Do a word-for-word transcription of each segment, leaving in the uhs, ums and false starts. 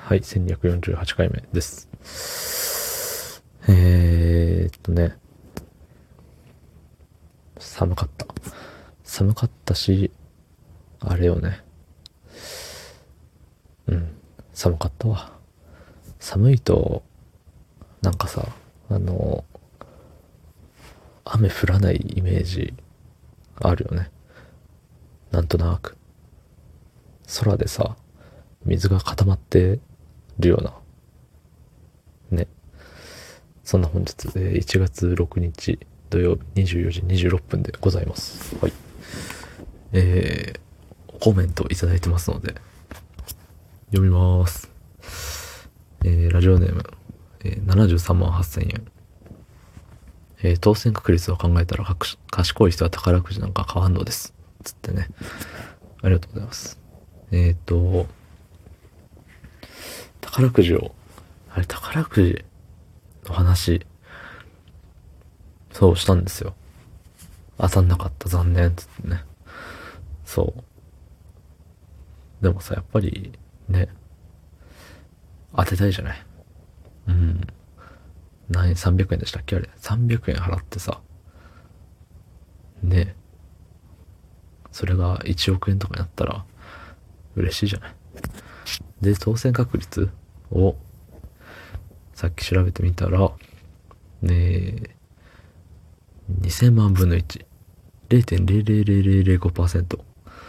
はい、せんにひゃくよんじゅうはちかいめです。えーっとね、寒かった。寒かったし、あれよね。うん、寒かったわ。寒いと、なんかさ、あの、雨降らないイメージあるよね。なんとなく。空でさ、水が固まってるような。ね。そんな本日、えーいちがつろくにち土曜日にじゅうよじにじゅうろっぷんでございます。はい。えー、コメントいただいてますので、読みます。えー、ラジオネーム、えー、ななじゅうさんまんはっせんえん。えー、当選確率を考えたら賢い人は宝くじなんか買わんのです。つってね。ありがとうございます。えっ、ー、と、宝くじを、あれ、宝くじの話、そうしたんですよ。当たんなかった、残念、つってね。そう。でもさ、やっぱり、ね、当てたいじゃない。うん。何、さんびゃくえんでしたっけあれ。さんびゃくえん払ってさ、ね、それがいちおくえんとかになったら、嬉しいじゃない。で、当選確率を、さっき調べてみたら、ね、にせんまんぶんのいち。れいてんぜろぜろぜろぜろぜろごパーセント。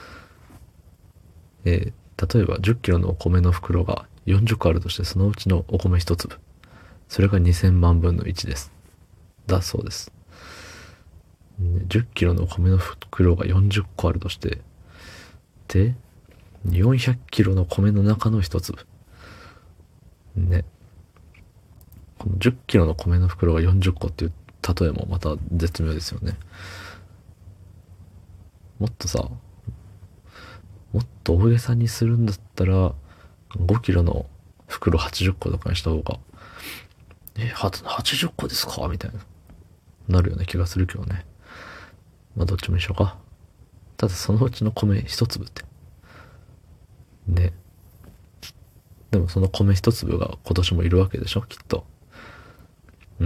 えー、例えばじゅっキロのお米の袋がよんじゅっこあるとして、そのうちのお米ひとつぶ。それがにせんまんぶんのいちです。だそうです。じゅっキロのお米の袋がよんじゅっこあるとして、で、よんひゃくキロの米の中のひとつぶ。ね。このじゅっキロの米の袋がよんじゅっこっていう例えもまた絶妙ですよね。もっとさ、もっと大げさにするんだったら、ごキロの袋はちじゅっことかにした方が、え、はちじゅっこですかみたいな、なるような気がするけどね。まあどっちも一緒か。ただそのうちの米一粒って。ね。でもその米一粒が今年もいるわけでしょきっと。うん。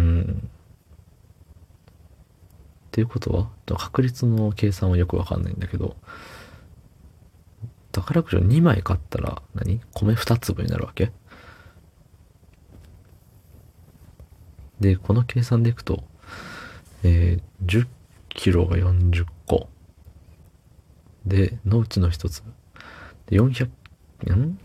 っていうことは、確率の計算はよくわかんないんだけど、宝くじをにまい買ったら何米二粒になるわけで、この計算でいくと、えー、じゅっキロがよんじゅっこ。で、のうちの一粒。で、よんひゃく、ん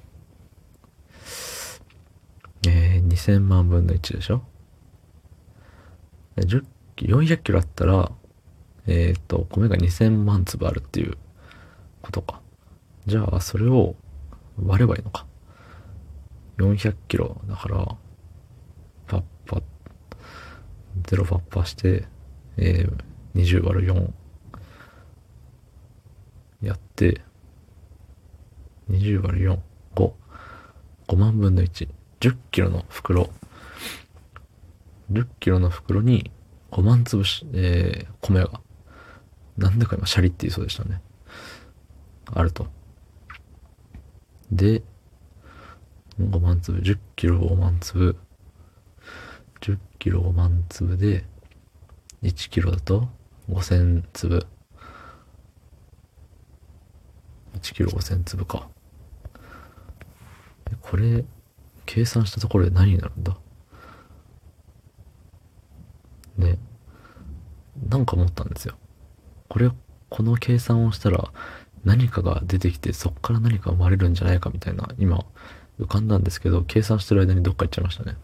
えー、にせんまんぶんのいちでしょでじゅうよんひゃくキロあったら、えっと、米がにせんまん粒あるっていうことか。じゃあ、それを割ればいいのか。よんひゃくキロだから、パッパッ、ゼロパッパして、えー、にじゅう割るよんやって、にじゅう割るよん、ご。ごまんぶんのいち。じゅっキロの袋。じゅっキロの袋にごまん粒し、えー、米が。なんでか今、シャリって言いそうでしたね。あると。で、ごまん粒、じゅっキロごまん粒。じゅっキロごまん粒で、いちキロだとごせん粒。いちキロごせん粒か。これ、計算したところで何になるんだね。なんか思ったんですよ。これ、この計算をしたら何かが出てきて、そっから何か生まれるんじゃないかみたいな、今、浮かんだんですけど、計算してる間にどっか行っちゃいましたね。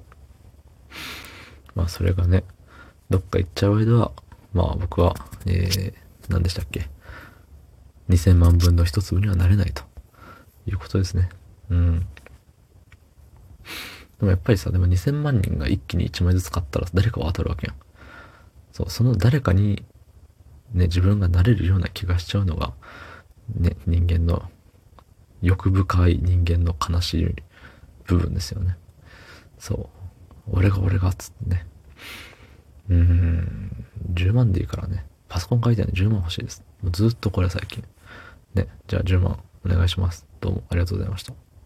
まあ、それがね、どっか行っちゃう間は、まあ僕は、えー、何でしたっけ。にせんまんぶんの一粒にはなれないということですね。うん。でもやっぱりさ、でもにせんまんにんが一気にいちまいずつ買ったら誰かは当たるわけやん。そう、その誰かに、ね、自分がなれるような気がしちゃうのが、ね、人間の、欲深い人間の悲しい部分ですよね。そう。俺が俺が、つってね。うーん、じゅうまんでいいからね。パソコン買いたいのじゅうまん欲しいです。もうずっとこれ最近。ね、じゃあじゅうまんお願いします。どうもありがとうございました。